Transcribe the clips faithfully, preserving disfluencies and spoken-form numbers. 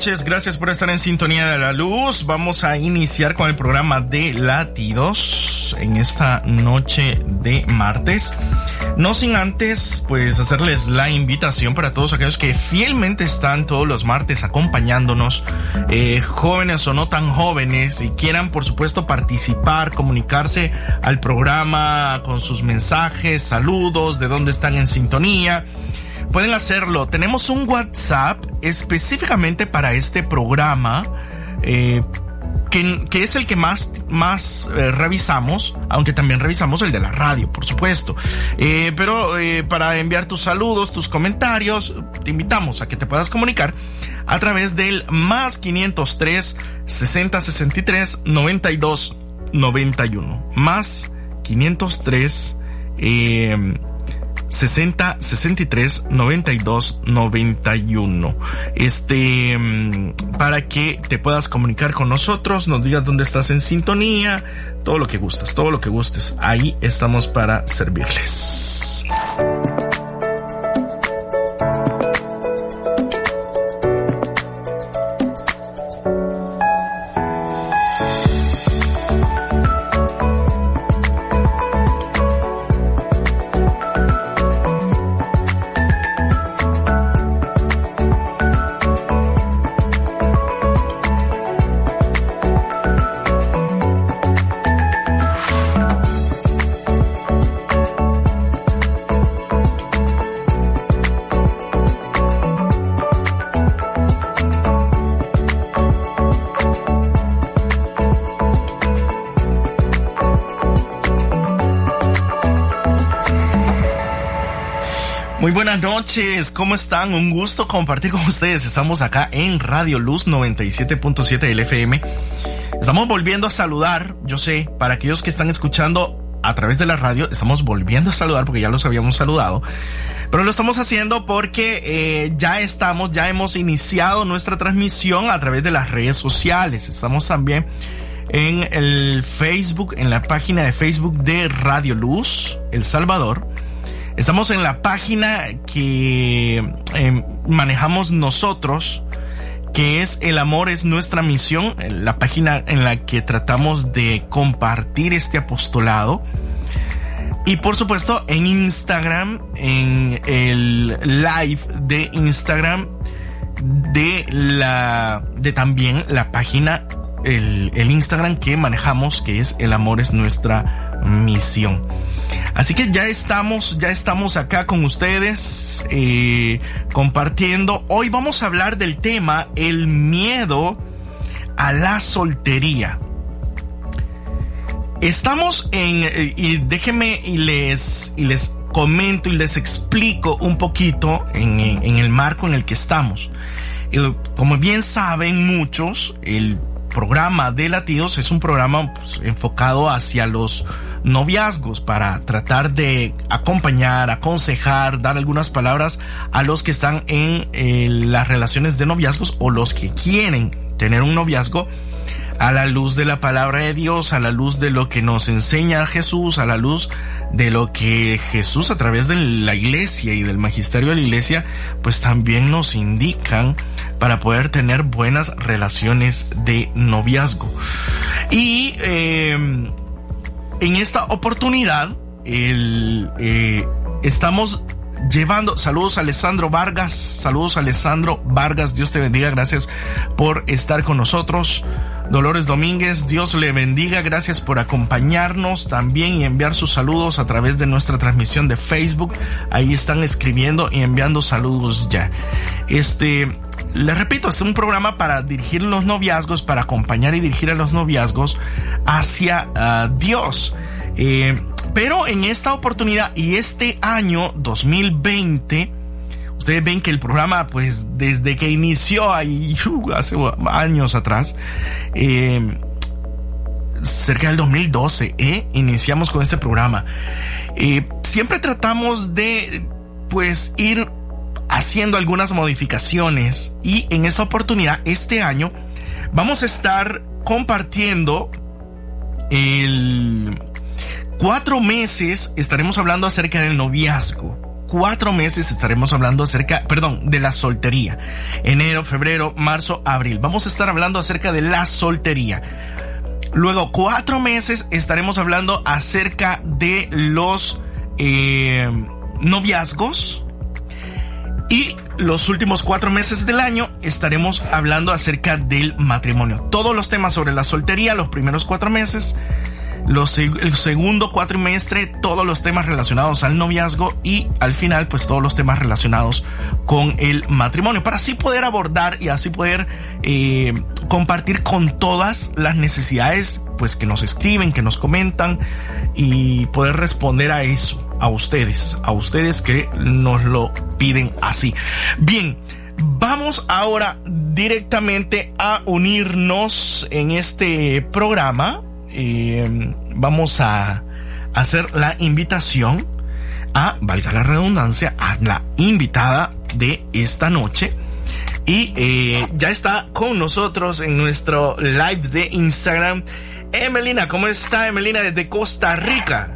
noches, gracias por estar en sintonía de La Luz. Vamos a iniciar con el programa de Latidos en esta noche de martes. No sin antes, pues, hacerles la invitación para todos aquellos que fielmente están todos los martes acompañándonos, eh, jóvenes o no tan jóvenes, y quieran, por supuesto, participar, comunicarse al programa con sus mensajes, saludos, de dónde están en sintonía. Pueden hacerlo. Tenemos un WhatsApp específicamente para este programa, eh, que, que es el que más, más eh, revisamos, aunque también revisamos el de la radio, por supuesto. Eh, pero eh, para enviar tus saludos, tus comentarios, te invitamos a que te puedas comunicar a través del más quinientos tres, sesenta, sesenta y tres, noventa y dos, noventa y uno. Más quinientos tres, eh... sesenta, sesenta y tres, noventa y dos, noventa y uno. Este, para que te puedas comunicar con nosotros, nos digas dónde estás en sintonía, todo lo que gustas, todo lo que gustes. Ahí estamos para servirles. Muy buenas noches, ¿cómo están? Un gusto compartir con ustedes. Estamos acá en Radio Luz noventa y siete punto siete del F M. Estamos volviendo a saludar, yo sé, para aquellos que están escuchando a través de la radio, estamos volviendo a saludar porque ya los habíamos saludado. Pero lo estamos haciendo porque eh, ya estamos, ya hemos iniciado nuestra transmisión a través de las redes sociales. Estamos también en el Facebook, en la página de Facebook de Radio Luz El Salvador. Estamos en la página que eh, manejamos nosotros, que es El Amor es Nuestra Misión, la página en la que tratamos de compartir este apostolado. Y por supuesto en Instagram, en el live de Instagram de la de también la página, el, el Instagram que manejamos, que es El Amor es Nuestra Misión. Así que ya estamos, ya estamos acá con ustedes, eh, compartiendo. Hoy vamos a hablar del tema, el miedo a la soltería. Estamos en, eh, y déjenme y les, y les comento y les explico un poquito en, en el marco en el que estamos. Eh, como bien saben muchos, el programa de Latidos es un programa, pues, enfocado hacia los noviazgos, para tratar de acompañar, aconsejar, dar algunas palabras a los que están en eh, las relaciones de noviazgos o los que quieren tener un noviazgo a la luz de la palabra de Dios, a la luz de lo que nos enseña Jesús, a la luz de lo que Jesús a través de la iglesia y del magisterio de la iglesia pues también nos indican para poder tener buenas relaciones de noviazgo. Y eh, en esta oportunidad el, eh, estamos llevando, saludos a Alessandro Vargas, saludos a Alessandro Vargas, Dios te bendiga, gracias por estar con nosotros. Dolores Domínguez, Dios le bendiga, gracias por acompañarnos también y enviar sus saludos a través de nuestra transmisión de Facebook. Ahí están escribiendo y enviando saludos ya. Este, les repito, este es un programa para dirigir los noviazgos, para acompañar y dirigir a los noviazgos hacia uh, Dios. Eh, pero en esta oportunidad y este año dos mil veinte, ustedes ven que el programa, pues desde que inició ahí, uh, hace años atrás, eh, cerca del dos mil doce, eh, iniciamos con este programa. Eh, siempre tratamos de, pues, ir haciendo algunas modificaciones, y en esta oportunidad, este año, vamos a estar compartiendo el cuatro meses, estaremos hablando acerca del noviazgo. cuatro meses estaremos hablando acerca, perdón, de la soltería. Enero, febrero, marzo, abril. Vamos a estar hablando acerca de la soltería. Luego, cuatro meses estaremos hablando acerca de los eh, noviazgos. Y los últimos cuatro meses del año estaremos hablando acerca del matrimonio. Todos los temas sobre la soltería, los primeros cuatro meses. Los, el segundo cuatrimestre, todos los temas relacionados al noviazgo, y al final, pues todos los temas relacionados con el matrimonio, para así poder abordar y así poder eh, compartir con todas las necesidades, pues que nos escriben, que nos comentan, y poder responder a eso, a ustedes, a ustedes que nos lo piden así. Bien, vamos ahora directamente a unirnos en este programa. Eh, vamos a hacer la invitación a, valga la redundancia, a la invitada de esta noche. Y eh, ya está con nosotros en nuestro live de Instagram Emelina. ¿Cómo está, Emelina, desde Costa Rica?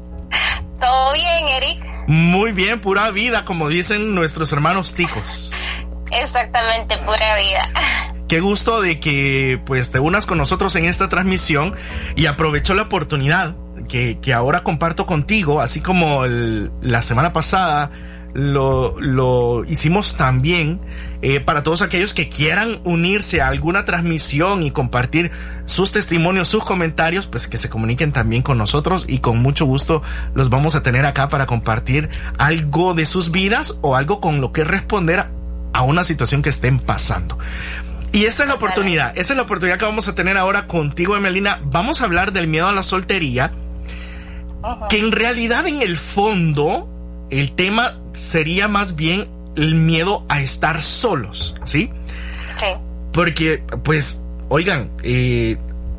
Todo bien, Eric. Muy bien, pura vida, como dicen nuestros hermanos ticos. Exactamente, pura vida. Qué gusto de que pues te unas con nosotros en esta transmisión, y aprovecho la oportunidad que, que ahora comparto contigo, así como el, la semana pasada lo, lo hicimos también, eh, para todos aquellos que quieran unirse a alguna transmisión y compartir sus testimonios, sus comentarios, pues que se comuniquen también con nosotros, y con mucho gusto los vamos a tener acá para compartir algo de sus vidas o algo con lo que responder a, a una situación que estén pasando. Y esa es la oportunidad, esa es la oportunidad que vamos a tener ahora contigo, Emelina. Vamos a hablar del miedo a la soltería, uh-huh. que en realidad, en el fondo, el tema sería más bien el miedo a estar solos, ¿sí? Sí. Porque, pues, oigan, eh,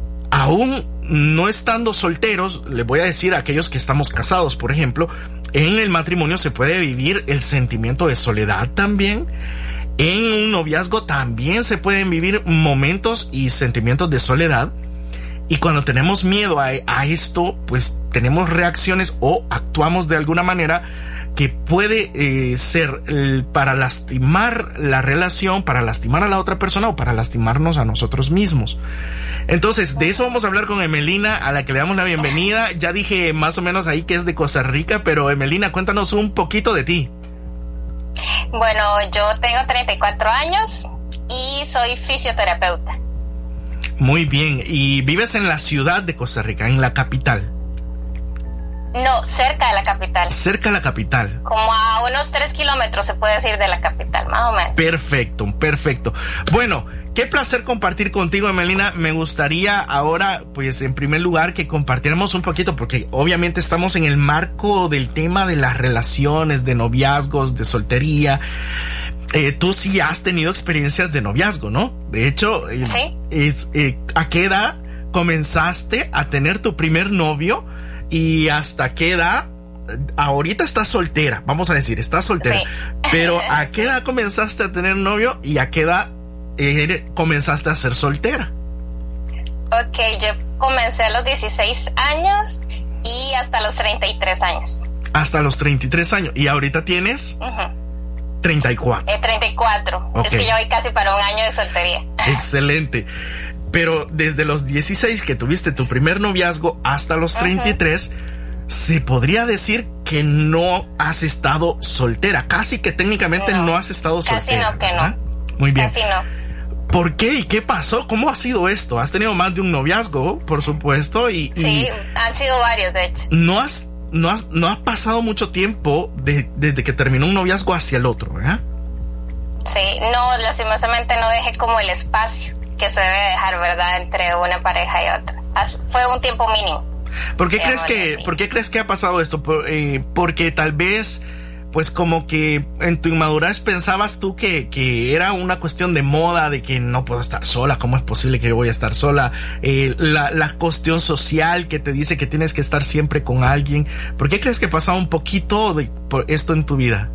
aún no estando solteros, les voy a decir a aquellos que estamos casados, por ejemplo, en el matrimonio se puede vivir el sentimiento de soledad también. En un noviazgo también se pueden vivir momentos y sentimientos de soledad. Y cuando tenemos miedo a, a esto, pues tenemos reacciones o actuamos de alguna manera que puede eh, ser eh, para lastimar la relación, para lastimar a la otra persona o para lastimarnos a nosotros mismos. Entonces, de eso vamos a hablar con Emelina, a la que le damos la bienvenida. Ya dije más o menos ahí que es de Costa Rica, pero Emelina, cuéntanos un poquito de ti. Bueno, yo tengo treinta y cuatro años y soy fisioterapeuta. Muy bien. ¿Y vives en la ciudad de Costa Rica, en la capital? No, cerca de la capital. Cerca de la capital. Como a unos tres kilómetros se puede decir de la capital, más o menos. Perfecto, perfecto. Bueno, qué placer compartir contigo, Emelina. Me gustaría ahora, pues, en primer lugar, que compartiéramos un poquito, porque obviamente estamos en el marco del tema de las relaciones, de noviazgos, de soltería. Eh, tú sí has tenido experiencias de noviazgo, ¿no? De hecho, eh, ¿sí? es, eh, ¿a qué edad comenzaste a tener tu primer novio? ¿Y hasta qué edad? Ahorita estás soltera, vamos a decir, estás soltera. Sí. Pero ¿a qué edad comenzaste a tener novio y a qué edad eh, comenzaste a ser soltera? Ok, yo comencé a los dieciséis años y hasta los treinta y tres años. Hasta los treinta y tres años. ¿Y ahorita tienes? Uh-huh. treinta y cuatro. Eh, treinta y cuatro. Okay. Es que yo voy casi para un año de soltería. Excelente. Pero desde los dieciséis que tuviste tu primer noviazgo hasta los treinta y tres, uh-huh. se podría decir que no has estado soltera. Casi que técnicamente no, no has estado casi soltera. Casi no, que ¿verdad? no. Muy bien. Casi no. ¿Por qué y qué pasó? ¿Cómo ha sido esto? ¿Has tenido más de un noviazgo, por supuesto? Y, y sí, han sido varios, de hecho. No has, no has, no has pasado mucho tiempo de, desde que terminó un noviazgo hacia el otro, ¿verdad? Sí, no, lastimosamente no dejé como el espacio que se debe dejar, ¿verdad?, entre una pareja y otra. Fue un tiempo mínimo. ¿Por qué crees que, ¿por qué crees que ha pasado esto? Por, eh, porque tal vez, pues como que en tu inmadurez pensabas tú que, que era una cuestión de moda, de que no puedo estar sola, ¿cómo es posible que yo voy a estar sola? Eh, la, la cuestión social que te dice que tienes que estar siempre con alguien. ¿Por qué crees que pasaba un poquito de por esto en tu vida?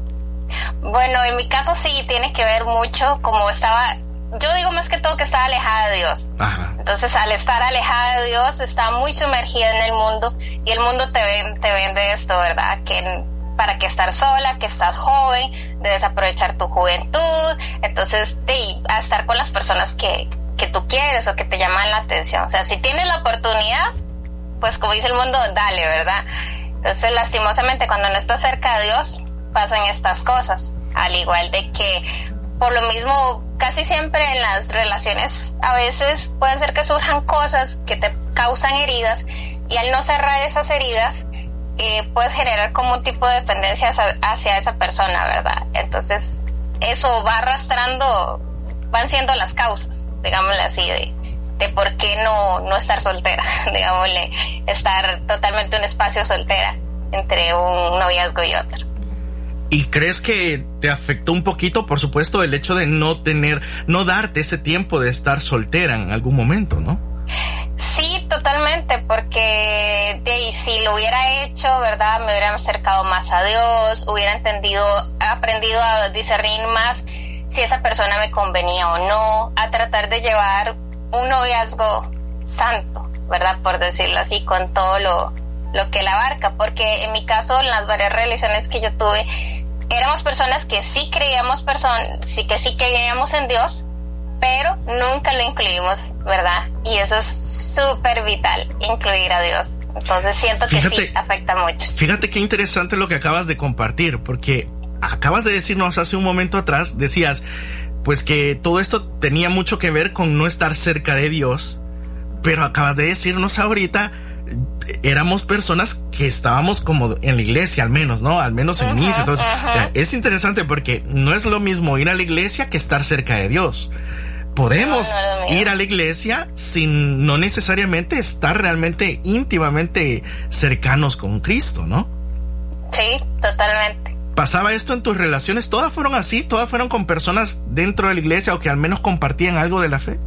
Bueno, en mi caso sí tiene que ver mucho, como estaba... Yo digo más que todo que estaba alejada de Dios. Ajá. Entonces, al estar alejada de Dios, estaba muy sumergida en el mundo, y el mundo te, ven, te vende esto, ¿verdad? Que ¿para qué estar sola? Que estás joven, debes aprovechar tu juventud, entonces de, a estar con las personas que, que tú quieres o que te llaman la atención. O sea, si tienes la oportunidad, pues como dice el mundo, dale, ¿verdad? Entonces, lastimosamente, cuando no estás cerca de Dios, pasan estas cosas, al igual de que, por lo mismo, casi siempre en las relaciones, a veces pueden ser que surjan cosas que te causan heridas, y al no cerrar esas heridas, eh, puedes generar como un tipo de dependencia hacia, hacia esa persona, ¿verdad? Entonces, eso va arrastrando, van siendo las causas, digámosle así, de, de por qué no, no estar soltera, digámosle, estar totalmente en un espacio soltera entre un noviazgo y otro. ¿Y crees que te afectó un poquito, por supuesto, el hecho de no tener, no darte ese tiempo de estar soltera en algún momento, ¿no? Sí, totalmente, porque de, si lo hubiera hecho, ¿verdad? Me hubiera acercado más a Dios, hubiera entendido, aprendido a discernir más si esa persona me convenía o no, a tratar de llevar un noviazgo santo, ¿verdad? Por decirlo así, con todo lo, lo que él abarca, porque en mi caso, en las varias relaciones que yo tuve, éramos personas que sí creíamos, person- sí que sí creíamos en Dios, pero nunca lo incluimos, ¿verdad? Y eso es súper vital, incluir a Dios. Entonces siento que fíjate, sí afecta mucho. Fíjate qué interesante lo que acabas de compartir, porque acabas de decirnos hace un momento atrás, decías, pues que todo esto tenía mucho que ver con no estar cerca de Dios, pero acabas de decirnos ahorita, éramos personas que estábamos como en la iglesia, al menos, ¿no? Al menos en uh-huh, misa. Entonces, uh-huh. Es interesante porque no es lo mismo ir a la iglesia que estar cerca de Dios. Podemos no, no ir a la iglesia sin no necesariamente estar realmente íntimamente cercanos con Cristo, ¿no? Sí, totalmente. ¿Pasaba esto en tus relaciones? ¿Todas fueron así? ¿Todas fueron con personas dentro de la iglesia o que al menos compartían algo de la fe?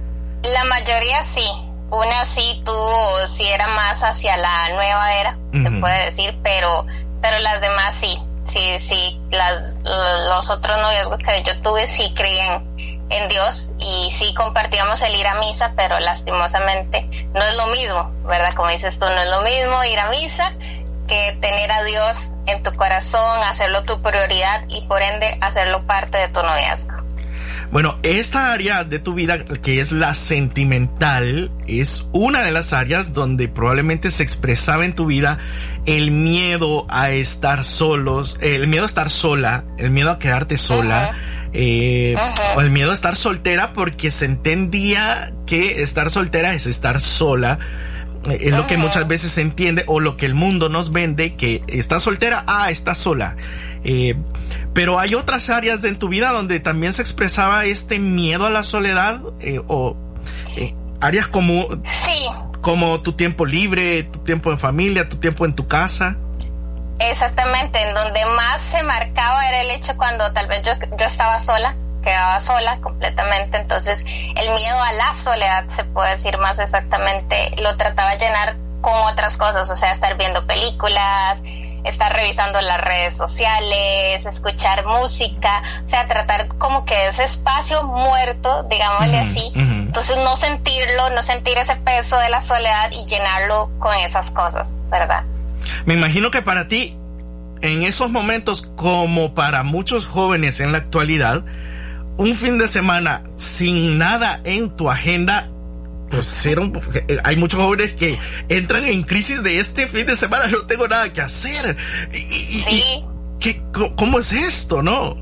La mayoría sí. Una sí tuvo, sí era más hacia la nueva era, uh-huh. se puede decir, pero pero las demás sí. Sí, sí, las, los otros noviazgos que yo tuve sí creían en Dios y sí compartíamos el ir a misa, pero lastimosamente no es lo mismo, ¿verdad? Como dices tú, no es lo mismo ir a misa que tener a Dios en tu corazón, hacerlo tu prioridad y por ende hacerlo parte de tu noviazgo. Bueno, esta área de tu vida, que es la sentimental, es una de las áreas donde probablemente se expresaba en tu vida el miedo a estar solos, el miedo a estar sola, el miedo a quedarte sola, uh-huh. eh, uh-huh. o el miedo a estar soltera, porque se entendía que estar soltera es estar sola. Es uh-huh. lo que muchas veces se entiende, o lo que el mundo nos vende, que estás soltera, ah, estás sola. Eh, pero hay otras áreas de en tu vida donde también se expresaba este miedo a la soledad, eh, o eh, áreas como, sí. como tu tiempo libre, tu tiempo en familia, tu tiempo en tu casa. Exactamente, en donde más se marcaba era el hecho cuando tal vez yo, yo estaba sola, quedaba sola completamente, entonces el miedo a la soledad, se puede decir más exactamente, lo trataba de llenar con otras cosas, o sea, estar viendo películas, estar revisando las redes sociales, escuchar música, o sea, tratar como que ese espacio muerto, digámosle uh-huh, así, uh-huh. entonces no sentirlo, no sentir ese peso de la soledad y llenarlo con esas cosas, ¿verdad? Me imagino que para ti, en esos momentos, como para muchos jóvenes en la actualidad, un fin de semana sin nada en tu agenda, pues era un, hay muchos jóvenes que entran en crisis de este fin de semana, no tengo nada que hacer. Y, y, sí. y, ¿qué, ¿Cómo es esto, no?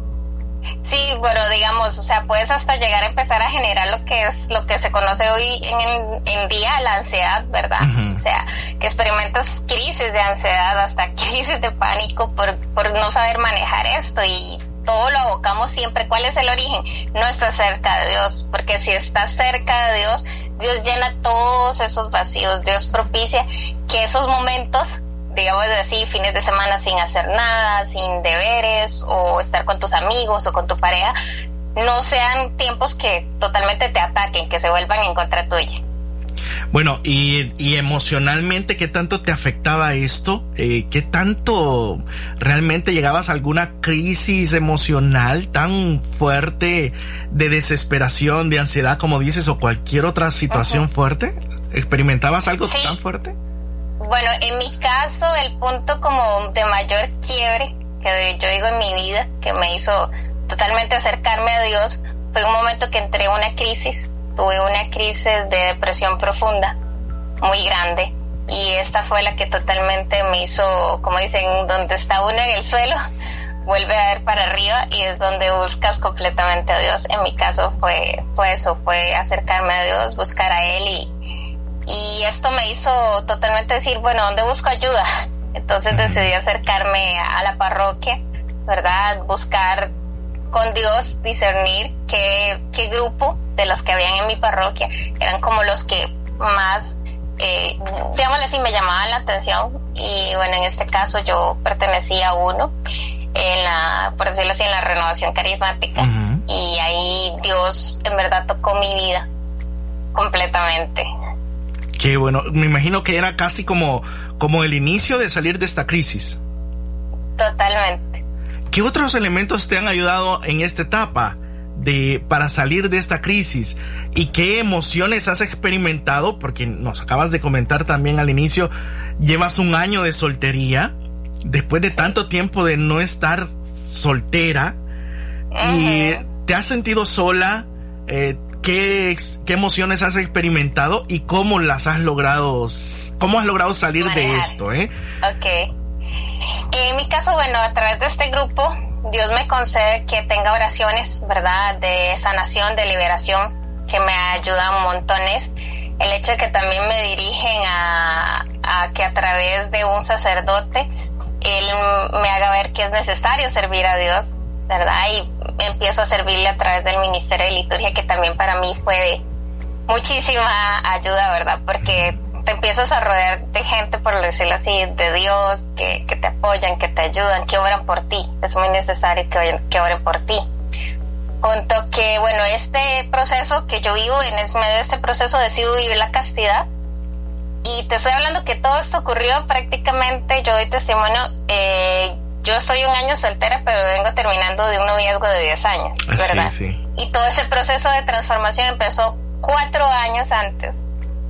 Sí, bueno, digamos, o sea, puedes hasta llegar a empezar a generar lo que es lo que se conoce hoy en, en día la ansiedad, ¿verdad? Uh-huh. O sea, que experimentas crisis de ansiedad, hasta crisis de pánico por, por no saber manejar esto, y todo lo abocamos siempre. ¿Cuál es el origen? No estás cerca de Dios, porque si estás cerca de Dios, Dios llena todos esos vacíos, Dios propicia que esos momentos, digamos así, fines de semana sin hacer nada, sin deberes, o estar con tus amigos o con tu pareja, no sean tiempos que totalmente te ataquen, que se vuelvan en contra tuya. Bueno, y, y emocionalmente, ¿qué tanto te afectaba esto? Eh, ¿Qué tanto realmente llegabas a alguna crisis emocional tan fuerte de desesperación, de ansiedad, como dices, o cualquier otra situación uh-huh. fuerte? ¿Experimentabas algo sí. tan fuerte? Bueno, en mi caso, el punto como de mayor quiebre que yo digo en mi vida, que me hizo totalmente acercarme a Dios, fue un momento que entré en una crisis, tuve una crisis de depresión profunda, muy grande, y esta fue la que totalmente me hizo, como dicen, donde está uno en el suelo, vuelve a ver para arriba y es donde buscas completamente a Dios. En mi caso fue, fue eso, fue acercarme a Dios, buscar a Él, y, y esto me hizo totalmente decir, bueno, ¿dónde busco ayuda? Entonces decidí acercarme a la parroquia, ¿verdad? Buscar con Dios, discernir qué, qué grupo de los que habían en mi parroquia eran como los que más, eh, digámosle así, me llamaban la atención. Y bueno, en este caso yo pertenecía a uno, en la, por decirlo así, en la renovación carismática. Uh-huh. Y ahí Dios en verdad tocó mi vida completamente. Qué bueno, me imagino que era casi como, como el inicio de salir de esta crisis. Totalmente. ¿Qué otros elementos te han ayudado en esta etapa de, para salir de esta crisis? ¿Y qué emociones has experimentado? Porque nos acabas de comentar también al inicio, llevas un año de soltería, después de tanto tiempo de no estar soltera, uh-huh. y te has sentido sola. eh, ¿Qué, ¿Qué emociones has experimentado y cómo las has logrado, cómo has logrado salir Manejar. de esto, eh? Ok. En mi caso, bueno, a través de este grupo, Dios me concede que tenga oraciones, ¿verdad? De sanación, de liberación, que me ayudan montones. El hecho de que también me dirigen a, a que a través de un sacerdote, él me haga ver que es necesario servir a Dios, ¿verdad? Y empiezo a servirle a través del ministerio de liturgia, que también para mí fue de muchísima ayuda, ¿verdad? Porque te empiezas a rodear de gente, por decirlo así, de Dios, que, que te apoyan, que te ayudan, que oran por ti. Es muy necesario que oren, que oren por ti. Junto que, bueno, este proceso que yo vivo, en medio de este proceso decido vivir la castidad. Y te estoy hablando que todo esto ocurrió prácticamente, yo doy testimonio, eh, yo estoy un año soltera, pero vengo terminando de un noviazgo de diez años, ¿verdad? Sí, sí. Y todo ese proceso de transformación empezó cuatro años antes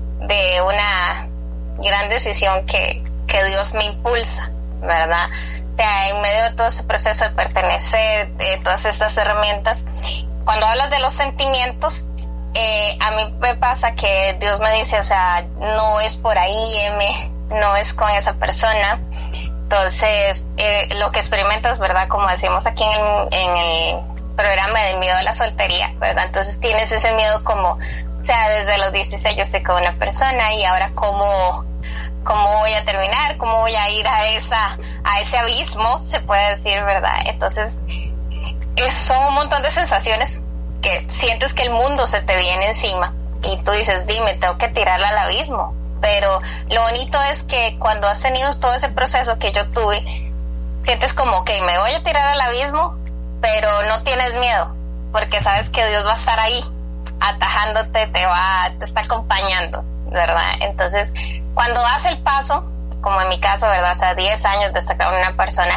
de una gran decisión que, que Dios me impulsa, ¿verdad? O sea, en medio de todo ese proceso de pertenecer, de todas estas herramientas, cuando hablas de los sentimientos, eh, a mí me pasa que Dios me dice, o sea, no es por ahí, M, no es con esa persona. Entonces, eh, lo que experimentas, ¿verdad? Como decimos aquí en el, en el programa del miedo a la soltería, ¿verdad? Entonces tienes ese miedo como, o sea, desde los dieciséis yo estoy con una persona y ahora cómo, cómo voy a terminar, cómo voy a ir a esa, a ese abismo, se puede decir, ¿verdad? Entonces, es, son un montón de sensaciones que sientes que el mundo se te viene encima y tú dices, dime, tengo que tirarla al abismo. Pero lo bonito es que cuando has tenido todo ese proceso que yo tuve, sientes como que me voy a tirar al abismo, pero no tienes miedo, porque sabes que Dios va a estar ahí, atajándote, te va, te está acompañando, ¿verdad? Entonces, cuando das el paso, como en mi caso, ¿verdad? O sea, diez años de estar con una persona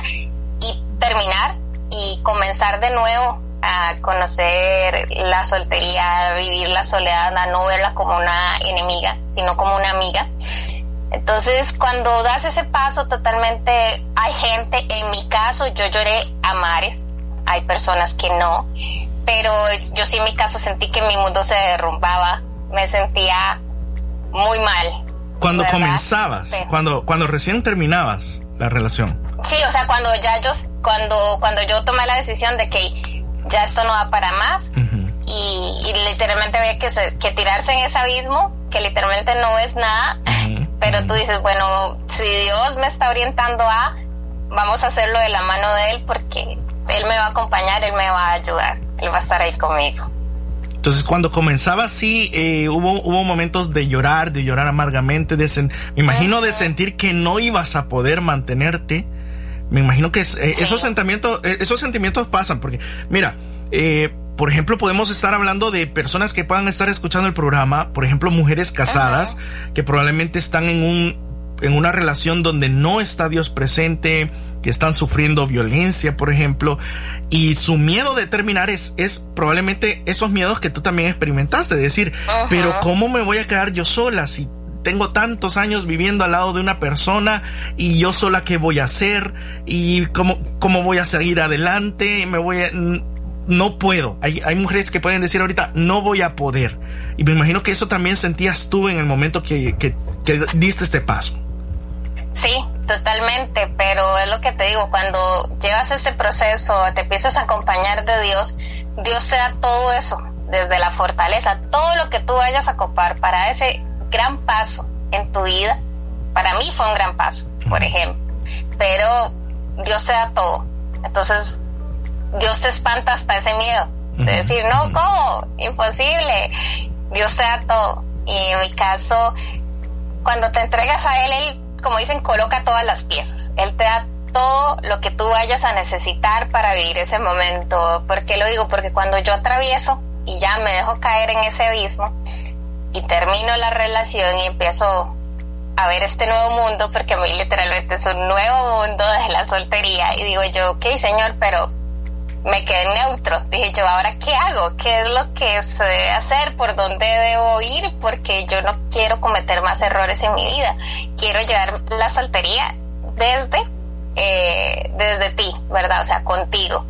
y terminar y comenzar de nuevo a conocer la soltería, a vivir la soledad, a no verla como una enemiga, sino como una amiga. Entonces, cuando das ese paso totalmente, hay gente, en mi caso, yo lloré a mares, hay personas que no, pero yo sí en mi caso sentí que mi mundo se derrumbaba, me sentía muy mal. Cuando ¿verdad? comenzabas, sí. cuando, cuando recién terminabas la relación. Sí, o sea, cuando ya yo, cuando, cuando yo tomé la decisión de que ya esto no va para más, uh-huh. y, y literalmente había que, que tirarse en ese abismo, que literalmente no es nada, uh-huh. pero uh-huh. tú dices, bueno, si Dios me está orientando a, vamos a hacerlo de la mano de Él, porque Él me va a acompañar, Él me va a ayudar, Él va a estar ahí conmigo. Entonces, cuando comenzaba así, eh, hubo, hubo momentos de llorar, de llorar amargamente, de sen- me imagino uh-huh. de sentir que no ibas a poder mantenerte. Me imagino que es, eh, sí. esos sentimientos, eh, esos sentimientos pasan, porque, mira, eh, por ejemplo, podemos estar hablando de personas que puedan estar escuchando el programa, por ejemplo, mujeres casadas, uh-huh. que probablemente están en un, en una relación donde no está Dios presente, que están sufriendo violencia, por ejemplo, y su miedo de terminar es, es probablemente esos miedos que tú también experimentaste, de decir, uh-huh. pero ¿cómo me voy a quedar yo sola si tengo tantos años viviendo al lado de una persona y yo sola qué voy a hacer y cómo, cómo voy a seguir adelante, me voy a... no puedo. Hay, hay mujeres que pueden decir ahorita, no voy a poder. Y me imagino que eso también sentías tú en el momento que, que, que diste este paso. Sí, totalmente, pero es lo que te digo, cuando llevas este proceso, te empiezas a acompañar de Dios, Dios te da todo eso, desde la fortaleza, todo lo que tú vayas a copar para ese gran paso en tu vida. Para mí fue un gran paso, por ejemplo, pero Dios te da todo. Entonces Dios te espanta hasta ese miedo de decir, no, ¿cómo? Imposible. Dios te da todo. Y en mi caso, cuando te entregas a Él, Él, como dicen, coloca todas las piezas. Él te da todo lo que tú vayas a necesitar para vivir ese momento. ¿Por qué lo digo? Porque cuando yo atravieso y ya me dejo caer en ese abismo y termino la relación y empiezo a ver este nuevo mundo, porque a mí literalmente es un nuevo mundo de la soltería, y digo yo, ok, Señor, pero me quedé neutro. Dije yo, ¿ahora qué hago? ¿Qué es lo que se debe hacer? ¿Por dónde debo ir? Porque yo no quiero cometer más errores en mi vida. Quiero llevar la soltería desde, eh, desde ti, ¿verdad? O sea, contigo.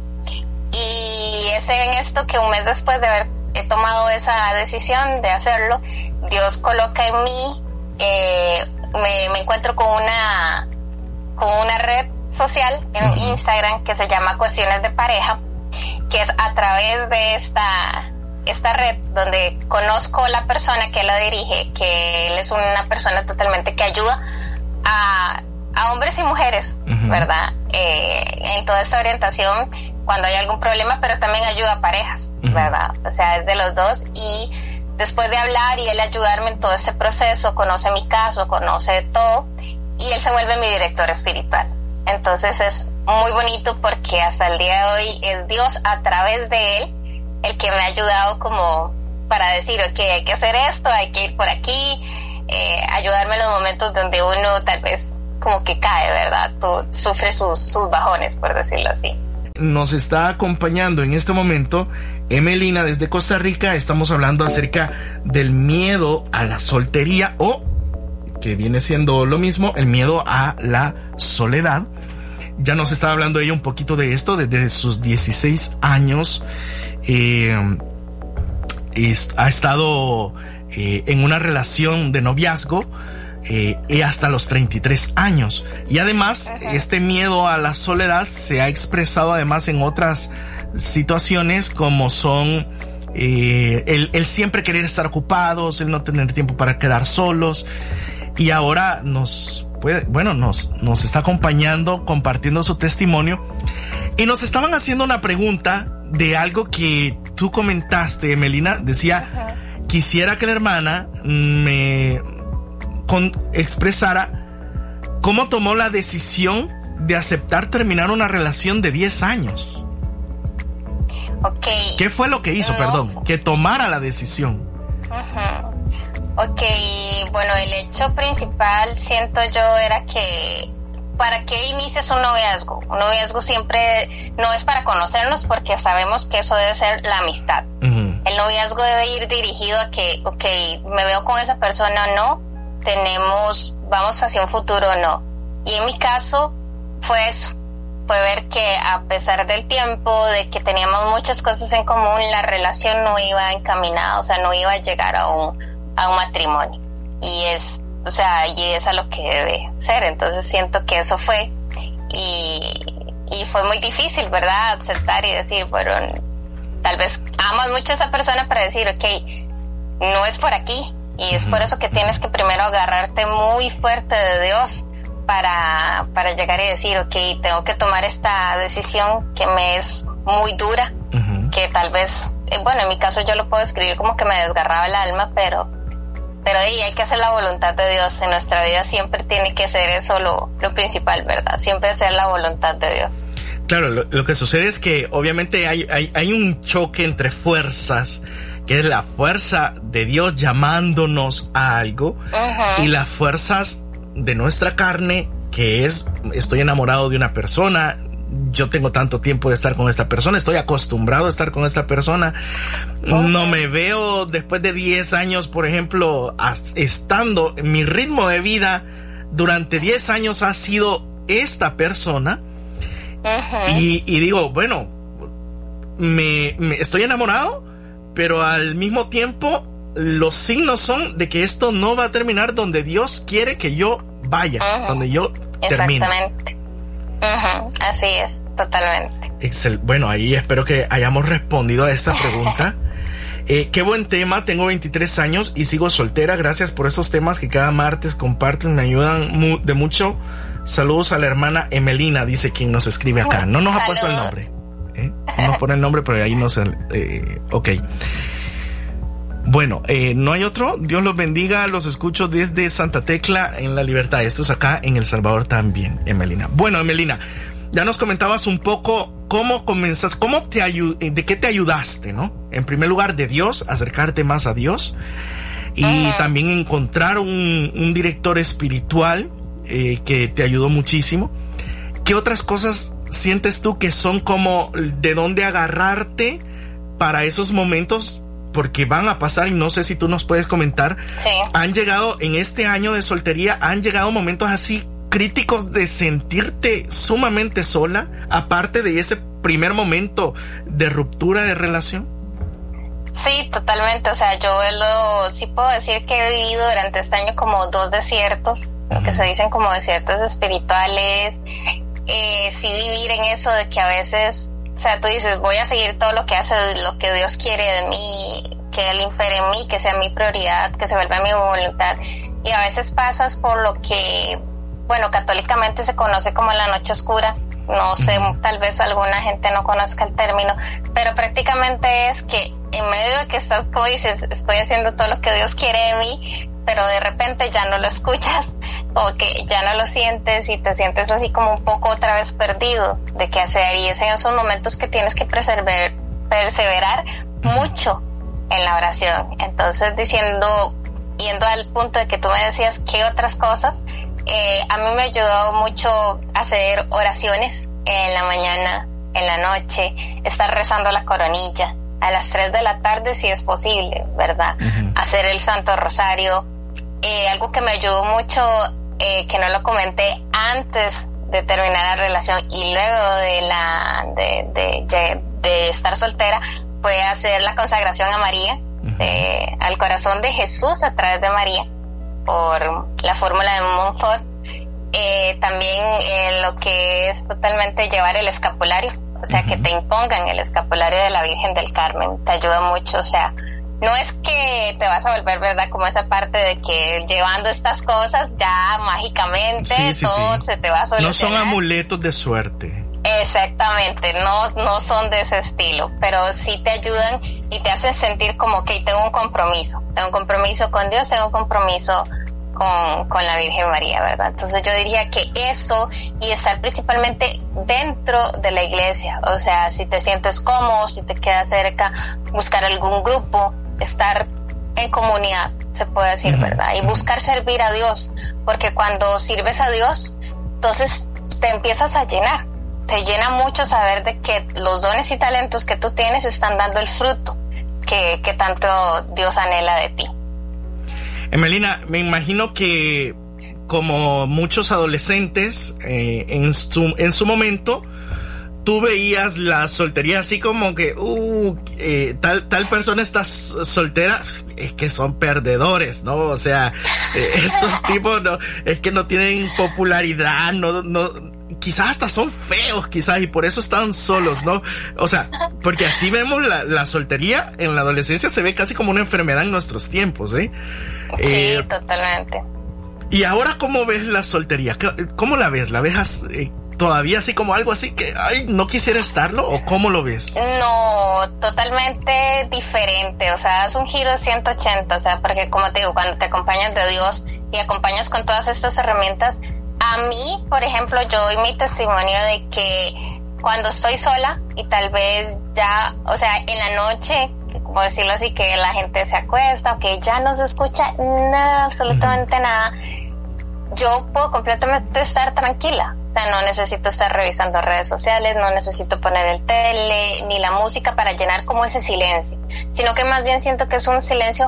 Y es en esto que un mes después de haber he tomado esa decisión de hacerlo, Dios coloca en mí, eh, me, me encuentro con una, con una red social en uh-huh. Instagram que se llama Cuestiones de Pareja, que es a través de esta esta red donde conozco la persona que la dirige, que él es una persona totalmente que ayuda a, a hombres y mujeres, uh-huh. ¿verdad? Eh, en toda esta orientación cuando hay algún problema, pero también ayuda a parejas, uh-huh. ¿verdad? O sea, es de los dos. Y después de hablar y él ayudarme en todo este proceso, conoce mi caso, conoce todo, y él se vuelve mi director espiritual. Entonces es muy bonito porque hasta el día de hoy es Dios a través de él el que me ha ayudado como para decir, ok, hay que hacer esto, hay que ir por aquí, eh, ayudarme en los momentos donde uno tal vez como que cae, ¿verdad? Tú, sufre sus, sus bajones, por decirlo así. Nos está acompañando en este momento Emelina desde Costa Rica. Estamos hablando acerca del miedo a la soltería, o que viene siendo lo mismo, el miedo a la soledad. Ya nos estaba hablando ella un poquito de esto, desde sus dieciséis años eh, es, ha estado eh, en una relación de noviazgo eh, y hasta los treinta y tres años. Y además, uh-huh. este miedo a la soledad se ha expresado además en otras situaciones como son eh, el, el siempre querer estar ocupados, el no tener tiempo para quedar solos. Y ahora nos puede, bueno, nos, nos está acompañando, compartiendo su testimonio. Y nos estaban haciendo una pregunta de algo que tú comentaste, Emelina. Decía, uh-huh. quisiera que la hermana me con, expresara cómo tomó la decisión de aceptar terminar una relación de diez años. Okay. ¿Qué fue lo que hizo, no. perdón, que tomara la decisión? Uh-huh. Ok, bueno, el hecho principal siento yo era que ¿para qué inicias un noviazgo? Un noviazgo siempre no es para conocernos, porque sabemos que eso debe ser la amistad. Uh-huh. El noviazgo debe ir dirigido a que, ok, me veo con esa persona o no, tenemos, vamos hacia un futuro o no. Y en mi caso fue eso, fue ver que a pesar del tiempo, de que teníamos muchas cosas en común, la relación no iba encaminada, o sea, no iba a llegar a un a un matrimonio, y es, o sea, y es a lo que debe ser. Entonces siento que eso fue, y, y fue muy difícil, ¿verdad? Aceptar y decir, bueno, tal vez amas mucho a esa persona para decir, ok, no es por aquí, y es por eso que tienes que primero agarrarte muy fuerte de Dios para, para llegar y decir, ok, tengo que tomar esta decisión que me es muy dura, uh-huh. que tal vez, eh, bueno, en mi caso yo lo puedo escribir como que me desgarraba el alma, pero Pero ahí hay que hacer la voluntad de Dios. En nuestra vida siempre tiene que ser eso lo, lo principal, ¿verdad? Siempre hacer la voluntad de Dios. Claro, lo, lo que sucede es que obviamente hay, hay, hay un choque entre fuerzas, que es la fuerza de Dios llamándonos a algo, uh-huh. y las fuerzas de nuestra carne, que es, estoy enamorado de una persona, yo tengo tanto tiempo de estar con esta persona, estoy acostumbrado a estar con esta persona, okay. No me veo después de diez años, por ejemplo, estando en mi ritmo de vida durante diez años ha sido esta persona, uh-huh. y, y digo, bueno, me, me estoy enamorado, pero al mismo tiempo los signos son de que esto no va a terminar donde Dios quiere que yo vaya, uh-huh. donde yo termine. Exactamente. Uh-huh. Así es, totalmente. Excel. Bueno, ahí espero que hayamos respondido a esta pregunta. eh, qué buen tema, tengo veintitrés años y sigo soltera. Gracias por esos temas que cada martes compartes, me ayudan mu- de mucho. Saludos a la hermana Emelina, dice quien nos escribe acá. No nos ha puesto el nombre. ¿eh? No nos pone el nombre, pero ahí nos... Eh, ok. Bueno, eh, no hay otro. Dios los bendiga, los escucho desde Santa Tecla en La Libertad. Esto es acá en El Salvador también, Emelina. Bueno, Emelina, ya nos comentabas un poco cómo comenzas, cómo te ayud, de qué te ayudaste, ¿no? En primer lugar, de Dios, acercarte más a Dios y uh-huh. también encontrar un, un director espiritual eh, que te ayudó muchísimo. ¿Qué otras cosas sientes tú que son como de dónde agarrarte para esos momentos? Porque van a pasar, y no sé si tú nos puedes comentar, sí. Han llegado en este año de soltería, han llegado momentos así críticos de sentirte sumamente sola, aparte de ese primer momento de ruptura de relación. Sí, totalmente, o sea, yo lo, sí puedo decir que he vivido durante este año como dos desiertos, uh-huh. lo que se dicen como desiertos espirituales, eh, sí vivir en eso de que a veces... O sea, tú dices, voy a seguir todo lo que hace, lo que Dios quiere de mí, que Él infere en mí, que sea mi prioridad, que se vuelva mi voluntad. Y a veces pasas por lo que, bueno, católicamente se conoce como la noche oscura. No sé, tal vez alguna gente no conozca el término, pero prácticamente es que en medio de que estás, como dices, estoy haciendo todo lo que Dios quiere de mí, pero de repente ya no lo escuchas, o que ya no lo sientes y te sientes así como un poco otra vez perdido de qué hacer, y es en esos momentos que tienes que perseverar, perseverar mucho en la oración. Entonces, diciendo, yendo al punto de que tú me decías qué otras cosas, eh, a mí me ayudó mucho hacer oraciones en la mañana, en la noche, estar rezando la coronilla a las tres de la tarde si es posible, ¿verdad? Uh-huh. Hacer el Santo Rosario. Eh, algo que me ayudó mucho, eh, que no lo comenté antes de terminar la relación y luego de la de, de, de, de estar soltera, fue hacer la consagración a María, uh-huh. eh, al corazón de Jesús a través de María, por la fórmula de Montfort. Eh, también eh, lo que es totalmente llevar el escapulario, o sea, uh-huh. que te impongan el escapulario de la Virgen del Carmen, te ayuda mucho. O sea, no es que te vas a volver, ¿verdad?, como esa parte de que llevando estas cosas ya mágicamente sí, sí, todo sí. se te va a solucionar. No son amuletos de suerte. Exactamente, no, no son de ese estilo, pero sí te ayudan y te hacen sentir como que tengo un compromiso, tengo un compromiso con Dios, tengo un compromiso con, con la Virgen María, ¿verdad? Entonces yo diría que eso, y estar principalmente dentro de la iglesia, o sea, si te sientes cómodo, si te quedas cerca, buscar algún grupo, estar en comunidad, se puede decir, uh-huh. ¿verdad? Y buscar servir a Dios, porque cuando sirves a Dios, entonces te empiezas a llenar, te llena mucho saber de que los dones y talentos que tú tienes están dando el fruto que, que tanto Dios anhela de ti. Emelina, me imagino que como muchos adolescentes eh, en su en su momento tú veías la soltería así como que uh, eh, tal tal persona está soltera, es que son perdedores, ¿no? O sea, eh, estos tipos no es que no tienen popularidad, no no quizás hasta son feos, quizás, y por eso están solos, ¿no? O sea, porque así vemos la, la soltería en la adolescencia, se ve casi como una enfermedad en nuestros tiempos, ¿eh? Sí, eh, totalmente. ¿Y ahora cómo ves la soltería? ¿Cómo la ves? ¿La ves eh, todavía así como algo así que, ay, no quisiera estarlo? ¿O cómo lo ves? No, totalmente diferente, o sea, es un giro ciento ochenta, o sea, porque como te digo, cuando te acompañas de Dios y acompañas con todas estas herramientas, a mí, por ejemplo, yo doy mi testimonio de que cuando estoy sola y tal vez ya, o sea, en la noche, como decirlo así, que la gente se acuesta o que ya no se escucha nada, absolutamente uh-huh. nada, yo puedo completamente estar tranquila. O sea, no necesito estar revisando redes sociales, no necesito poner el tele, ni la música para llenar como ese silencio, sino que más bien siento que es un silencio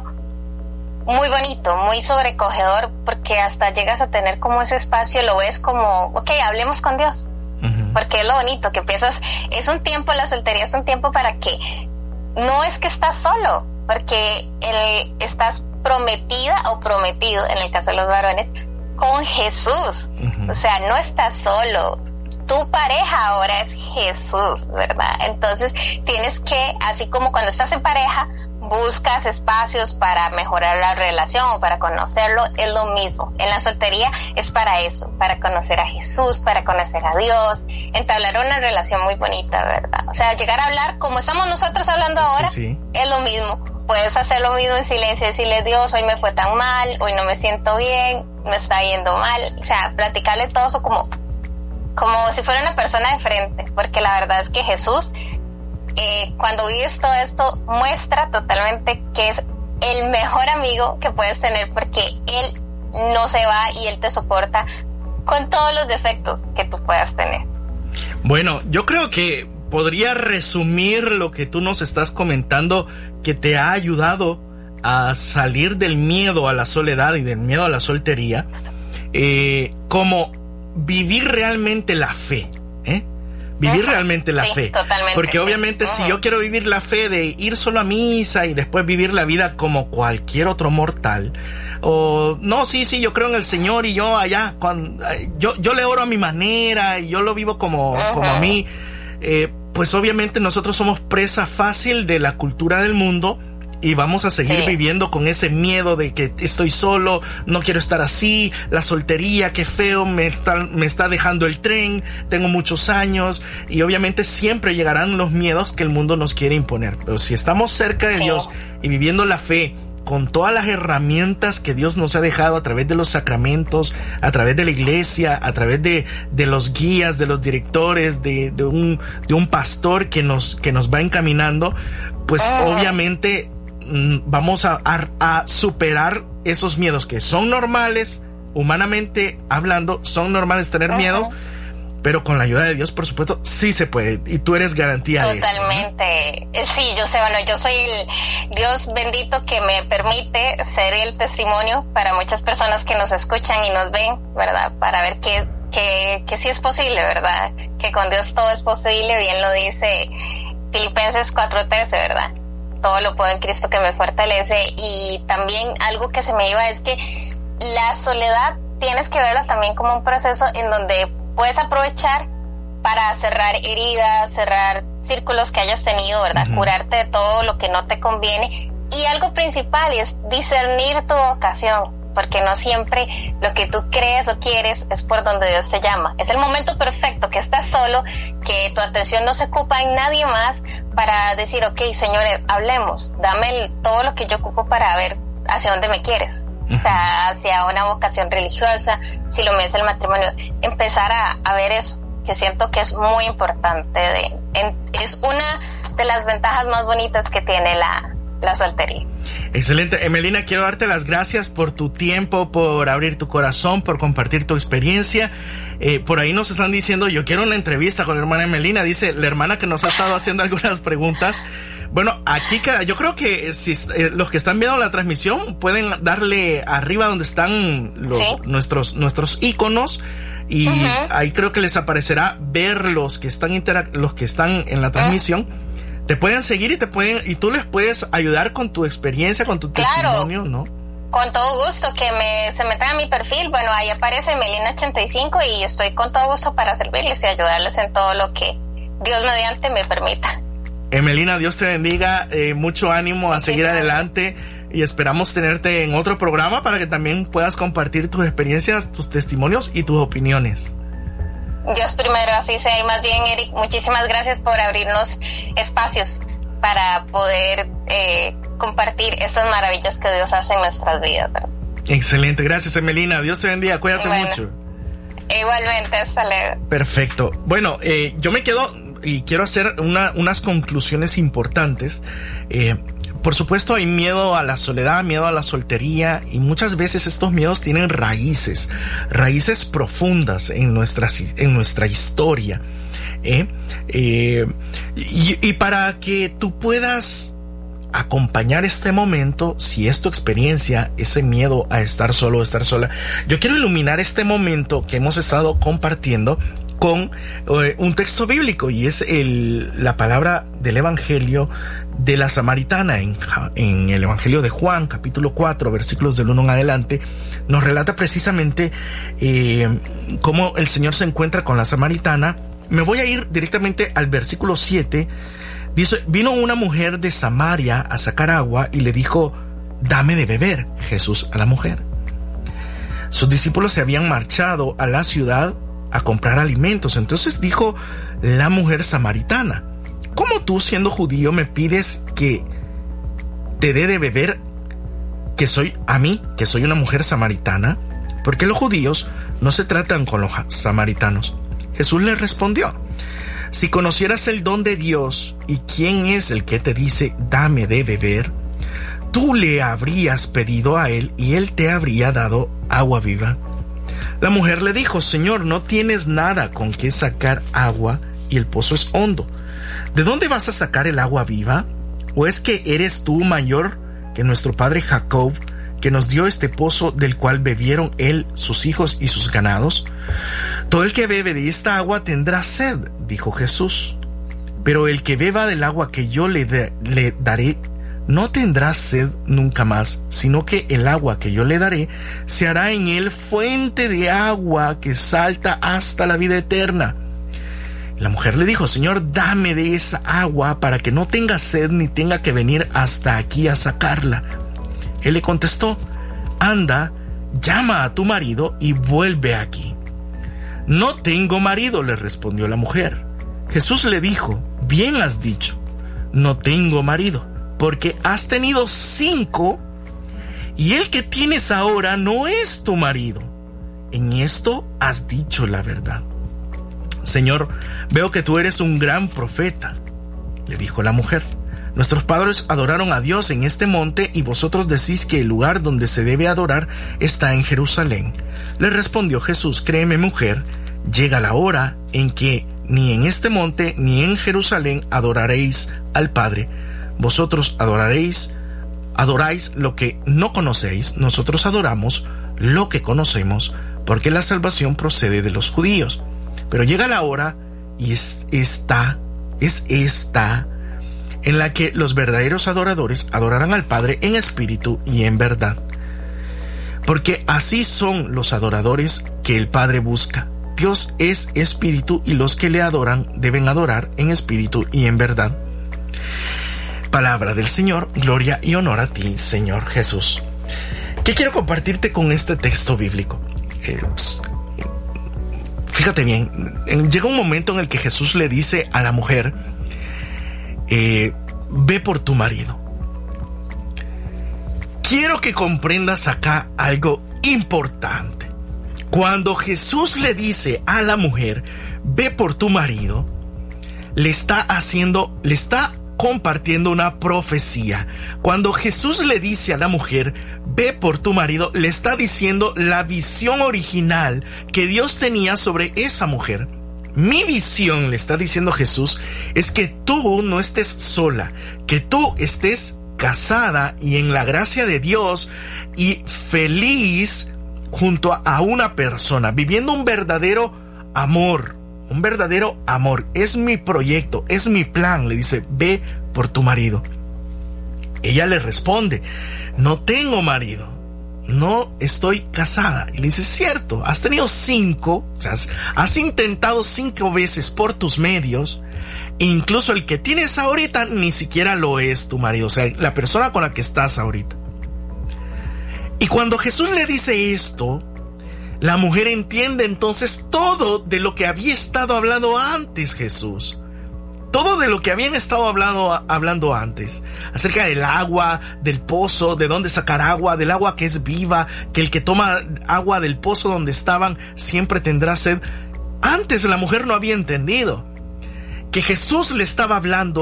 muy bonito, muy sobrecogedor, porque hasta llegas a tener como ese espacio, lo ves como, ok, hablemos con Dios. Uh-huh. Porque es lo bonito, que empiezas, es un tiempo, la soltería es un tiempo para que, no es que estás solo, porque el, estás prometida o prometido, en el caso de los varones, con Jesús. Uh-huh. O sea, no estás solo. Tu pareja ahora es Jesús, ¿verdad? Entonces tienes que, así como cuando estás en pareja, buscas espacios para mejorar la relación o para conocerlo, es lo mismo. En la soltería es para eso, para conocer a Jesús, para conocer a Dios, entablar una relación muy bonita, ¿verdad? O sea, llegar a hablar como estamos nosotros hablando ahora, sí, sí. Es lo mismo. Puedes hacer lo mismo en silencio, decirle, Dios, hoy me fue tan mal, hoy no me siento bien, me está yendo mal. O sea, platicarle todo eso como, como si fuera una persona de frente, porque la verdad es que Jesús, eh, cuando vives todo esto, muestra totalmente que es el mejor amigo que puedes tener, porque Él no se va y Él te soporta con todos los defectos que tú puedas tener. Bueno, yo creo que podría resumir lo que tú nos estás comentando, que te ha ayudado a salir del miedo a la soledad y del miedo a la soltería, eh, como vivir realmente la fe, ¿eh? Vivir uh-huh. realmente la sí, fe. Totalmente, porque sí. obviamente uh-huh. si yo quiero vivir la fe de ir solo a misa y después vivir la vida como cualquier otro mortal, o no, sí, sí, yo creo en el Señor y yo allá, cuando, yo, yo le oro a mi manera y yo lo vivo como, uh-huh. como a mí, eh, pues obviamente nosotros somos presa fácil de la cultura del mundo y vamos a seguir sí. viviendo con ese miedo de que estoy solo, no quiero estar así, la soltería, qué feo, me está, me está dejando el tren, tengo muchos años, y obviamente siempre llegarán los miedos que el mundo nos quiere imponer. Pero si estamos cerca de sí. Dios y viviendo la fe con todas las herramientas que Dios nos ha dejado a través de los sacramentos, a través de la iglesia, a través de, de los guías, de los directores, de, de, un, de un pastor que nos, que nos va encaminando, pues uh-huh. obviamente vamos a, a, a superar esos miedos que son normales, humanamente hablando, son normales tener uh-huh. miedos, pero con la ayuda de Dios, por supuesto, sí se puede, y tú eres garantía totalmente de eso, ¿no? Sí, yo sé, bueno, yo soy el Dios bendito que me permite ser el testimonio para muchas personas que nos escuchan y nos ven, ¿verdad? Para ver que, que, que sí es posible, ¿verdad? Que con Dios todo es posible, bien lo dice Filipenses cuatro trece, ¿verdad? Todo lo puedo en Cristo que me fortalece. Y también algo que se me iba es que la soledad tienes que verla también como un proceso en donde puedes aprovechar para cerrar heridas, cerrar círculos que hayas tenido, ¿verdad? Uh-huh. Curarte de todo lo que no te conviene. Y algo principal es discernir tu vocación, porque no siempre lo que tú crees o quieres es por donde Dios te llama. Es el momento perfecto, que estás solo, que tu atención no se ocupa en nadie más, para decir, ok, Señor, hablemos, dame el, todo lo que yo ocupo para ver hacia dónde me quieres. Uh-huh. O sea, hacia una vocación religiosa, si lo mío es el matrimonio, empezar a, a ver eso, que siento que es muy importante. De, en, es una de las ventajas más bonitas que tiene la, la soltería. Excelente. Emelina, quiero darte las gracias por tu tiempo, por abrir tu corazón, por compartir tu experiencia. Eh, por ahí nos están diciendo, yo quiero una entrevista con la hermana Emelina, dice la hermana que nos ha estado haciendo algunas preguntas. Bueno, aquí queda, yo creo que si eh, los que están viendo la transmisión pueden darle arriba donde están los, ¿sí? nuestros, nuestros íconos, y uh-huh. ahí creo que les aparecerá ver los que están interac- los que están en la transmisión. Uh-huh. Te pueden seguir y te pueden, y tú les puedes ayudar con tu experiencia, con tu claro. testimonio, ¿no? Con todo gusto, que me, se metan a mi perfil. Bueno, ahí aparece Emelina ochenta y cinco y estoy con todo gusto para servirles y ayudarles en todo lo que Dios mediante me permita. Emelina, Dios te bendiga, eh, mucho ánimo a seguir adelante, y esperamos tenerte en otro programa para que también puedas compartir tus experiencias, tus testimonios y tus opiniones. Dios primero, así sea. Y más bien, Eric, muchísimas gracias por abrirnos espacios para poder eh, compartir estas maravillas que Dios hace en nuestras vidas, ¿verdad? Excelente, gracias Emelina, Dios te bendiga, cuídate bueno, mucho. Igualmente, hasta luego. Perfecto. Bueno, eh, yo me quedo y quiero hacer una, unas conclusiones importantes, eh, por supuesto hay miedo a la soledad, miedo a la soltería, y muchas veces estos miedos tienen raíces, raíces profundas en nuestra, en nuestra historia. ¿eh? Eh, y, y para que tú puedas acompañar este momento, si es tu experiencia, ese miedo a estar solo o estar sola, yo quiero iluminar este momento que hemos estado compartiendo con eh, un texto bíblico, y es el, la palabra del Evangelio de la Samaritana. En, en el Evangelio de Juan, capítulo cuatro, versículos del uno en adelante, nos relata precisamente eh, cómo el Señor se encuentra con la Samaritana. Me voy a ir directamente al versículo siete. Dice: vino una mujer de Samaria a sacar agua y le dijo: dame de beber. Jesús a la mujer. Sus discípulos se habían marchado a la ciudad a comprar alimentos. Entonces dijo la mujer samaritana: ¿cómo tú, siendo judío, me pides que te dé de beber, que soy a mí, que soy una mujer samaritana? Porque los judíos no se tratan con los samaritanos. Jesús le respondió: si conocieras el don de Dios y quién es el que te dice dame de beber, tú le habrías pedido a él y él te habría dado agua viva. La mujer le dijo: Señor, no tienes nada con qué sacar agua y el pozo es hondo. ¿De dónde vas a sacar el agua viva? ¿O es que eres tú mayor que nuestro padre Jacob, que nos dio este pozo del cual bebieron él, sus hijos y sus ganados? Todo el que bebe de esta agua tendrá sed, dijo Jesús. Pero el que beba del agua que yo le, de, le daré no tendrá sed nunca más, sino que el agua que yo le daré se hará en él fuente de agua que salta hasta la vida eterna. La mujer le dijo: Señor, dame de esa agua para que no tenga sed ni tenga que venir hasta aquí a sacarla. Él le contestó: anda, llama a tu marido y vuelve aquí. No tengo marido, le respondió la mujer. Jesús le dijo: bien has dicho, no tengo marido, porque has tenido cinco y el que tienes ahora no es tu marido. En esto has dicho la verdad. Señor, veo que tú eres un gran profeta, le dijo la mujer. Nuestros padres adoraron a Dios en este monte y vosotros decís que el lugar donde se debe adorar está en Jerusalén. Le respondió Jesús: créeme, mujer, llega la hora en que ni en este monte ni en Jerusalén adoraréis al Padre. Vosotros adoraréis, adoráis lo que no conocéis, nosotros adoramos lo que conocemos, porque la salvación procede de los judíos. Pero llega la hora, y es esta, es esta, en la que los verdaderos adoradores adorarán al Padre en espíritu y en verdad. Porque así son los adoradores que el Padre busca. Dios es espíritu y los que le adoran deben adorar en espíritu y en verdad. Palabra del Señor, gloria y honor a ti, Señor Jesús. ¿Qué quiero compartirte con este texto bíblico? Eh, pues, fíjate bien, llega un momento en el que Jesús le dice a la mujer: Eh, ve por tu marido. Quiero que comprendas acá algo importante. Cuando Jesús le dice a la mujer: ve por tu marido, le está haciendo, le está compartiendo una profecía. Cuando Jesús le dice a la mujer: ve por tu marido, le está diciendo la visión original que Dios tenía sobre esa mujer. Mi visión, le está diciendo Jesús, es que tú no estés sola, que tú estés casada y en la gracia de Dios y feliz junto a una persona, viviendo un verdadero amor, un verdadero amor. Es mi proyecto, es mi plan. Le dice: ve por tu marido. Ella le responde: no tengo marido. No estoy casada. Y le dice: cierto, has tenido cinco, o sea, has, has intentado cinco veces por tus medios, e incluso el que tienes ahorita ni siquiera lo es tu marido, o sea, la persona con la que estás ahorita. Y cuando Jesús le dice esto, la mujer entiende entonces todo de lo que había estado hablando antes Jesús. Todo de lo que habían estado hablando, hablando antes, acerca del agua, del pozo, de dónde sacar agua, del agua que es viva, que el que toma agua del pozo donde estaban siempre tendrá sed. Antes la mujer no había entendido que Jesús le estaba hablando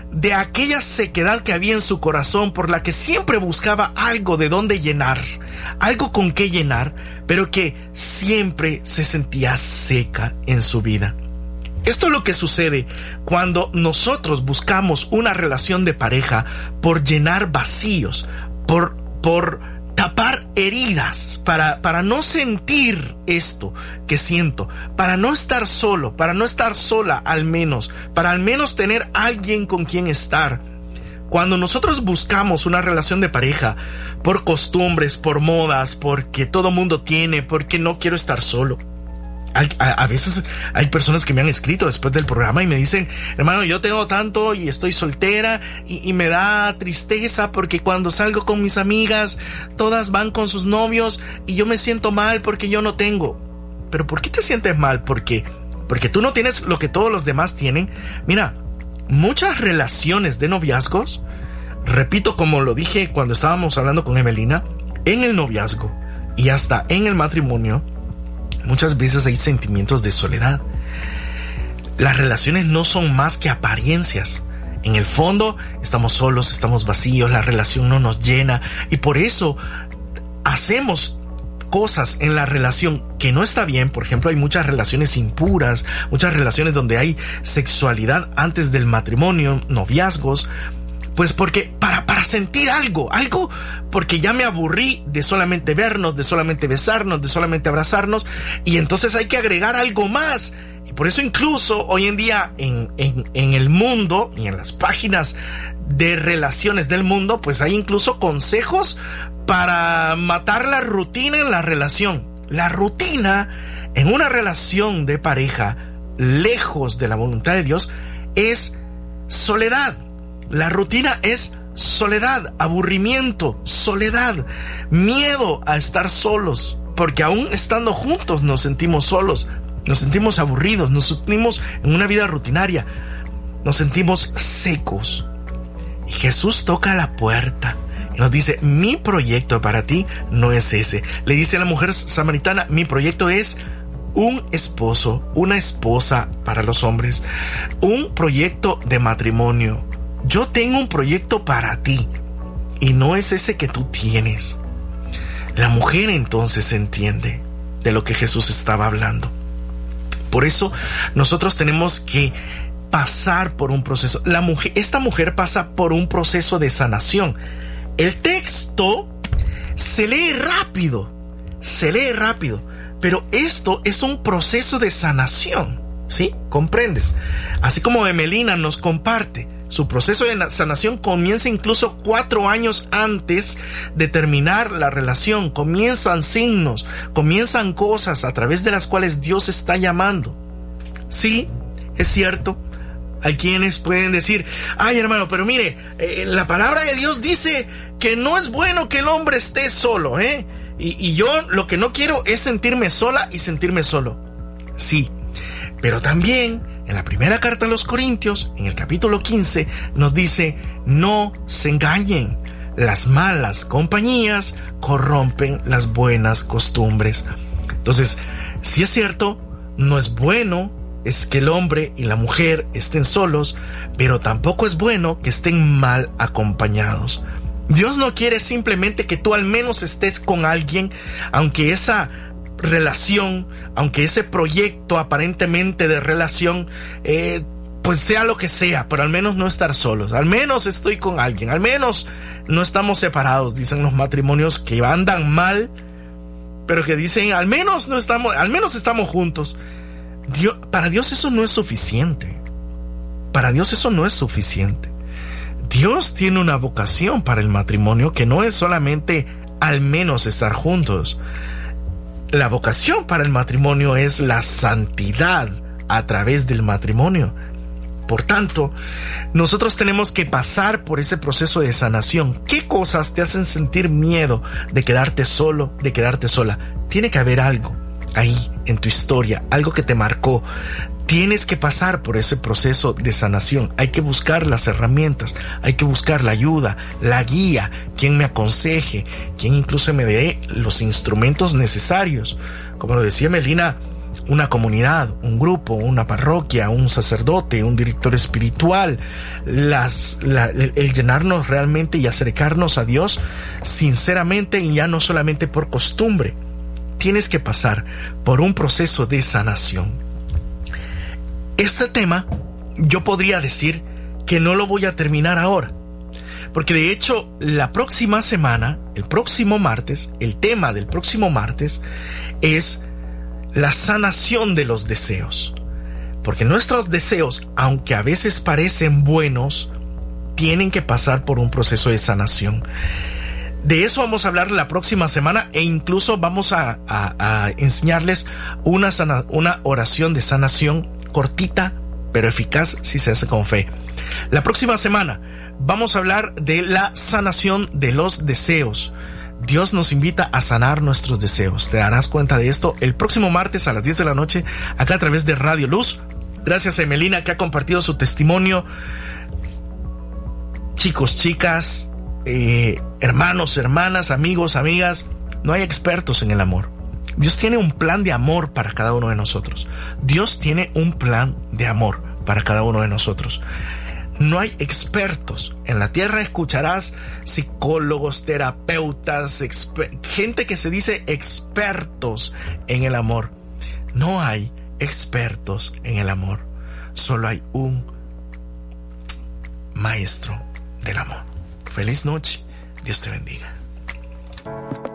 de aquella sequedad que había en su corazón, por la que siempre buscaba algo de dónde llenar, algo con qué llenar, pero que siempre se sentía seca en su vida. Esto es lo que sucede cuando nosotros buscamos una relación de pareja por llenar vacíos, por, por tapar heridas, para, para no sentir esto que siento, para no estar solo, para no estar sola al menos, para al menos tener alguien con quien estar. Cuando nosotros buscamos una relación de pareja por costumbres, por modas, porque todo mundo tiene, porque no quiero estar solo. A, a veces hay personas que me han escrito después del programa y me dicen, hermano, yo tengo tanto y estoy soltera y, y me da tristeza porque cuando salgo con mis amigas todas van con sus novios y yo me siento mal porque yo no tengo. ¿Pero por qué te sientes mal? Porque, porque tú no tienes lo que todos los demás tienen. Mira, muchas relaciones de noviazgos, repito como lo dije cuando estábamos hablando con Emelina, en el noviazgo y hasta en el matrimonio, muchas veces hay sentimientos de soledad. Las relaciones no son más que apariencias. En el fondo estamos solos, estamos vacíos, la relación no nos llena y por eso hacemos cosas en la relación que no está bien. Por ejemplo, hay muchas relaciones impuras, muchas relaciones donde hay sexualidad antes del matrimonio, noviazgos. Pues porque para, para sentir algo, algo porque ya me aburrí de solamente vernos, de solamente besarnos, de solamente abrazarnos y entonces hay que agregar algo más. Y por eso incluso hoy en día en, en, en el mundo y en las páginas de relaciones del mundo, pues hay incluso consejos para matar la rutina en la relación. La rutina en una relación de pareja, lejos de la voluntad de Dios, es soledad. La rutina es soledad, aburrimiento, soledad, miedo a estar solos, porque aún estando juntos nos sentimos solos, nos sentimos aburridos, nos sentimos en una vida rutinaria, nos sentimos secos. Y Jesús toca la puerta y nos dice, mi proyecto para ti no es ese. Le dice a la mujer samaritana, mi proyecto es un esposo, una esposa para los hombres, un proyecto de matrimonio. Yo tengo un proyecto para ti y no es ese que tú tienes. La mujer entonces entiende de lo que Jesús estaba hablando. Por eso nosotros tenemos que pasar por un proceso. La mujer, esta mujer pasa por un proceso de sanación. El texto se lee rápido, se lee rápido, pero esto es un proceso de sanación, ¿sí? ¿Comprendes? Así como Emelina nos comparte, su proceso de sanación comienza incluso cuatro años antes de terminar la relación. Comienzan signos, comienzan cosas a través de las cuales Dios está llamando. Sí, es cierto. Hay quienes pueden decir, ay hermano, pero mire, eh, la palabra de Dios dice que no es bueno que el hombre esté solo, ¿eh? Y, y yo lo que no quiero es sentirme sola y sentirme solo. Sí, pero también en la primera carta a los Corintios, en el capítulo quince, nos dice, no se engañen, las malas compañías corrompen las buenas costumbres. Entonces, si es cierto, no es bueno es que el hombre y la mujer estén solos, pero tampoco es bueno que estén mal acompañados. Dios no quiere simplemente que tú al menos estés con alguien, aunque esa relación, aunque ese proyecto aparentemente de relación eh, pues sea lo que sea, pero al menos no estar solos, al menos estoy con alguien, al menos no estamos separados, dicen los matrimonios que andan mal, pero que dicen al menos no estamos, al menos estamos juntos. Dios, para Dios eso no es suficiente, para Dios eso no es suficiente. Dios tiene una vocación para el matrimonio que no es solamente al menos estar juntos. La vocación para el matrimonio es la santidad a través del matrimonio. Por tanto, nosotros tenemos que pasar por ese proceso de sanación. ¿Qué cosas te hacen sentir miedo de quedarte solo, de quedarte sola? Tiene que haber algo ahí en tu historia, algo que te marcó. Tienes que pasar por ese proceso de sanación. Hay que buscar las herramientas, hay que buscar la ayuda, la guía, quien me aconseje, quien incluso me dé los instrumentos necesarios. Como lo decía Melina, una comunidad, un grupo, una parroquia, un sacerdote, un director espiritual, las, la, el, el llenarnos realmente y acercarnos a Dios sinceramente y ya no solamente por costumbre. Tienes que pasar por un proceso de sanación. Este tema yo podría decir que no lo voy a terminar ahora, porque de hecho la próxima semana, el próximo martes, el tema del próximo martes es la sanación de los deseos. Porque nuestros deseos, aunque a veces parecen buenos, tienen que pasar por un proceso de sanación. De eso vamos a hablar la próxima semana e incluso vamos a, a, a enseñarles una, sana, una oración de sanación cortita pero eficaz si se hace con fe. La próxima semana vamos a hablar de la sanación de los deseos. Dios nos invita a sanar nuestros deseos. Te darás cuenta de esto el próximo martes a las diez de la noche, acá a través de Radio Luz. Gracias a Emelina que ha compartido su testimonio. Chicos, chicas, eh, hermanos, hermanas, amigos, amigas, no hay expertos en el amor. Dios tiene un plan de amor para cada uno de nosotros. Dios tiene un plan de amor para cada uno de nosotros. No hay expertos. En la tierra escucharás psicólogos, terapeutas, exper- gente que se dice expertos en el amor. No hay expertos en el amor. Solo hay un maestro del amor. Feliz noche. Dios te bendiga.